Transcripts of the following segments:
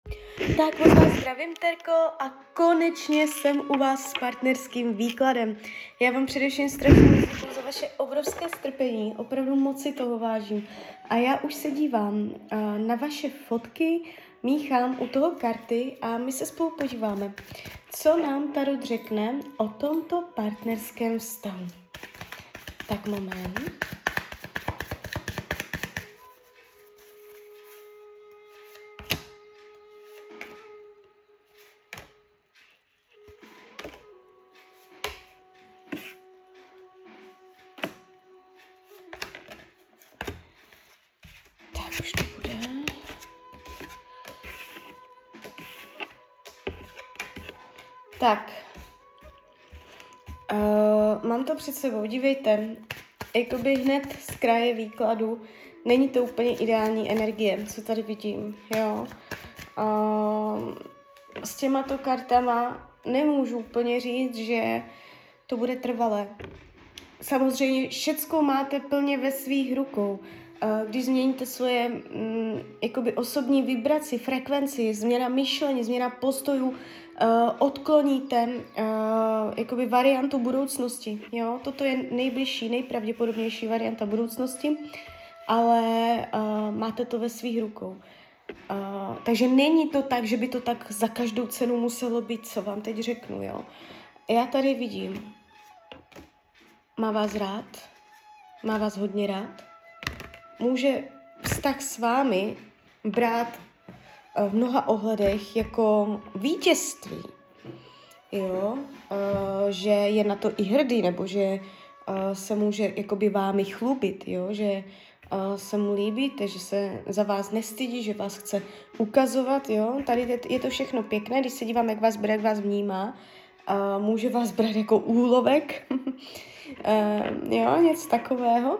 Tak moc vás zdravím, Terko, a konečně jsem u vás s partnerským výkladem. Já vám především strašně děkuji za vaše obrovské strpení, opravdu moc si toho vážím. A já už se dívám na vaše fotky, míchám u toho karty a my se spolu podíváme, co nám Tarot řekne o tomto partnerském vztahu. Tak moment. Tak už to bude. Tak. Mám to před sebou, dívejte, jakoby hned z kraje výkladu, není to úplně ideální energie, co tady vidím, jo. S těmato kartama nemůžu úplně říct, že to bude trvalé. Samozřejmě všecko máte plně ve svých rukou. Když změníte svoje jakoby osobní vibraci, frekvenci, změna myšlení, změna postojů, odkloníte jakoby variantu budoucnosti. Jo? Toto je nejbližší, nejpravděpodobnější varianta budoucnosti, ale máte to ve svých rukou. Takže není to tak, že by to tak za každou cenu muselo být, co vám teď řeknu. Jo? Já tady vidím, má vás rád, má vás hodně rád, může vztah s vámi brát v mnoha ohledech jako vítězství, jo? Že je na to i hrdý, nebo že se může jakoby vámi chlubit, jo? Že se mu líbíte, že se za vás nestydí, že vás chce ukazovat, jo? Tady je to všechno pěkné, když se dívám, jak vás bere, jak vás vnímá, může vás brát jako úlovek, jo, něco takového.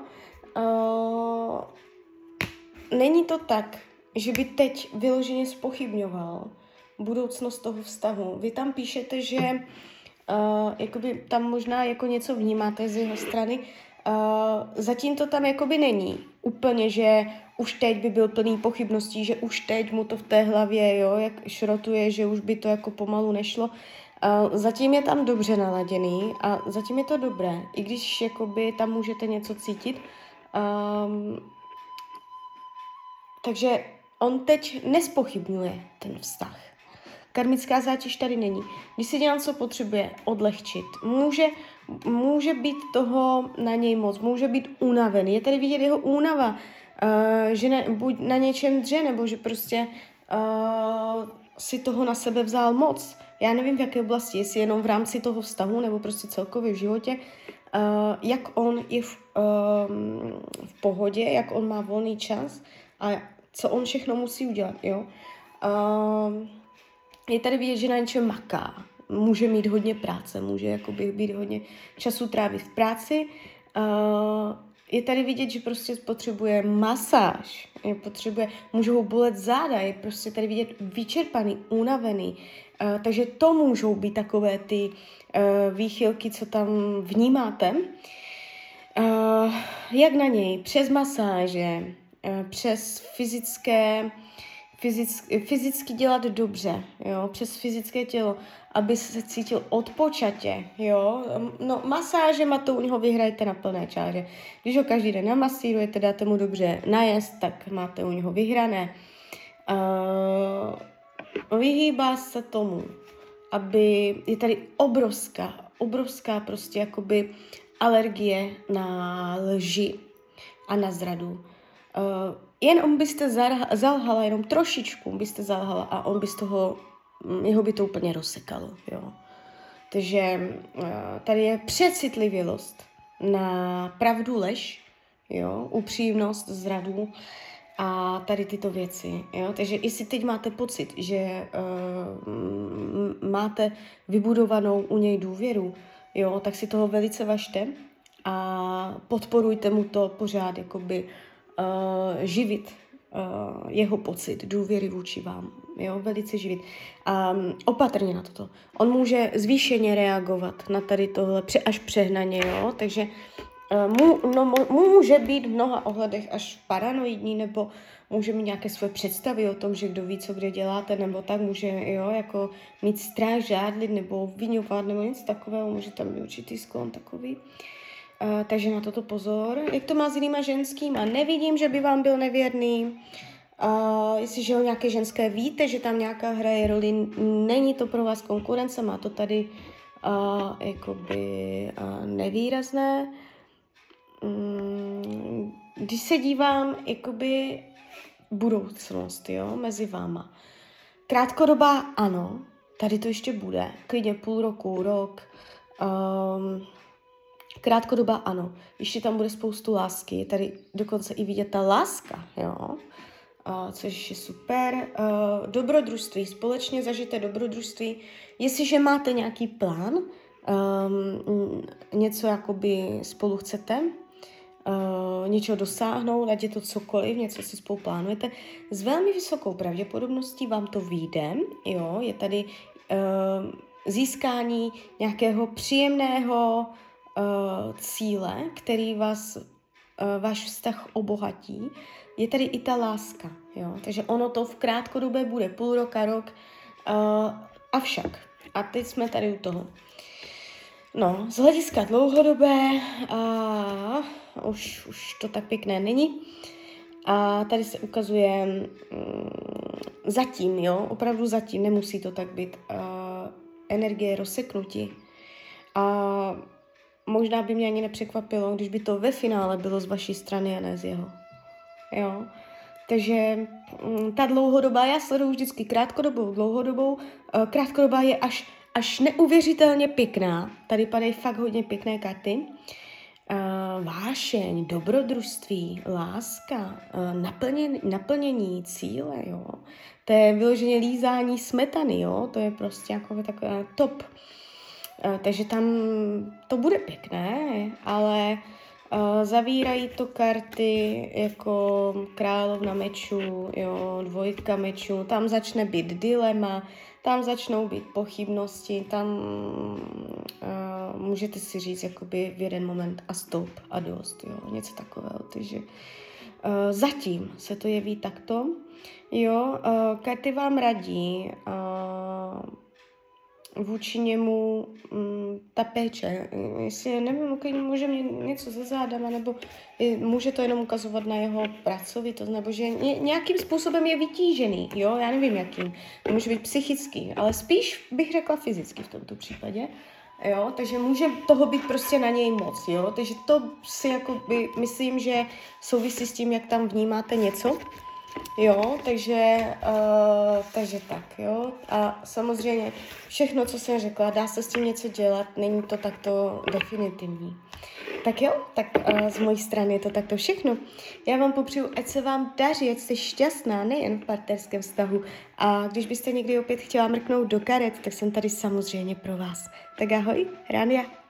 Není to tak, že by teď vyloženě zpochybňoval budoucnost toho vztahu. Vy tam píšete, že jakoby tam možná jako něco vnímáte z jeho strany. Zatím to tam jakoby není úplně, že už teď by byl plný pochybností, že už teď mu to v té hlavě, jo, jak šrotuje, že už by to jako pomalu nešlo. Zatím je tam dobře naladěný a zatím je to dobré, i když jakoby tam můžete něco cítit. Takže on teď nespochybňuje ten vztah. Karmická zátěž tady není. Když si dělám, co potřebuje, odlehčit. Může být toho na něj moc, může být unavený. Je tady vidět jeho únava, že buď na něčem dře, nebo že prostě si toho na sebe vzal moc. Já nevím, v jaké oblasti, jestli jenom v rámci toho vztahu, nebo prostě celkově v životě. Jak on je v pohodě, jak on má volný čas a co on všechno musí udělat, jo. Je tady vidět, že na něčem maká. Může mít hodně práce, může jakoby být hodně času trávit v práci. Je tady vidět, že prostě potřebuje masáž, může ho bolet záda, je prostě tady vidět vyčerpaný, unavený. Takže to můžou být takové ty výchylky, co tam vnímáte. Jak na něj? Přes masáže, přes fyzicky dělat dobře, jo, přes fyzické tělo, aby se cítil odpočatě, jo. No, masážema to u něho vyhrajete na plné čáře. Když ho každý den namasírujete, dáte mu dobře najest, tak máte u něho vyhrané. Vyhýbá se tomu, aby je tady obrovská prostě jakoby alergie na lži a na zradu. Jenom byste zalhala, jenom trošičku byste zalhala a on by z toho, jeho by to úplně rozsekalo, jo. Takže tady je přecitlivělost na pravdu, lež, jo, upřímnost, zradu a tady tyto věci, jo. Takže jestli teď máte pocit, že máte vybudovanou u něj důvěru, jo, tak si toho velice važte a podporujte mu to pořád, jakoby živit jeho pocit důvěry vůči vám, jo, velice živit. Opatrně na toto. On může zvýšeně reagovat na tady tohle, až přehnaně, jo, takže může být v mnoha ohledech až paranoidní nebo může mít nějaké svoje představy o tom, že kdo ví, co kde děláte, nebo tak může, jo, jako mít strach, žádlit, nebo obvinovat, nebo nic takového, může tam být určitý sklon takový. Takže na toto pozor. Jak to má s jinýma ženskýma? Nevidím, že by vám byl nevěrný. Jestliže o nějaké ženské víte, že tam nějaká hraje roli, není to pro vás konkurence, má to tady nevýrazné. Když se dívám jakoby budoucnost, jo, mezi váma. Krátkodobá ano, tady to ještě bude, klidně půl roku, rok. Krátkodoba ano, ještě tam bude spoustu lásky, je tady dokonce i vidět ta láska, jo, což je super. Dobrodružství, společně zažijte dobrodružství. Jestliže máte nějaký plán, něco jakoby spolu chcete, něčeho dosáhnout, ať je to cokoliv, něco si spolu plánujete, s velmi vysokou pravděpodobností vám to vyjde, jo, je tady získání nějakého příjemného cíle, který váš vztah obohatí, je tady i ta láska, jo, takže ono to v krátkodobě bude půl roka, rok, avšak, a teď jsme tady u toho. No, z hlediska dlouhodobé, už to tak pěkné není. A tady se ukazuje zatím, jo, opravdu zatím, nemusí to tak být, energie rozseknutí. A možná by mě ani nepřekvapilo, když by to ve finále bylo z vaší strany a ne z jeho. Jo. Takže ta dlouhodobá, já sleduju vždycky krátkodobou, dlouhodobou. Krátkodobá je až neuvěřitelně pěkná. Tady padají fakt hodně pěkné karty. Vášeň, dobrodružství, láska, naplnění cíle, jo. To je vyloženě lízání smetany, jo. To je prostě jako takové top. Takže tam to bude pěkné, ale zavírají to karty jako královna mečů, jo, dvojka mečů, tam začne být dilema, tam začnou být pochybnosti, tam můžete si říct jakoby v jeden moment a stop a dost, jo, něco takového, takže zatím se to jeví takto, jo, karty vám radí, vůči němu ta péče. Jestli, nevím, může mě něco ze zádama, nebo může to jenom ukazovat na jeho pracovitost, nebo že nějakým způsobem je vytížený, jo, já nevím jakým. To může být psychický, ale spíš bych řekla fyzicky v tomto případě, jo, takže může toho být prostě na něj moc, jo, takže to si jakoby myslím, že souvisí s tím, jak tam vnímáte něco. Jo, takže tak, jo. A samozřejmě všechno, co jsem řekla, dá se s tím něco dělat, není to takto definitivní. Tak jo, tak z mojí strany je to takto všechno. Já vám popřeju, ať se vám daří, ať jste šťastná, nejen v partnerském vztahu. A když byste někdy opět chtěla mrknout do karet, tak jsem tady samozřejmě pro vás. Tak ahoj, Rania.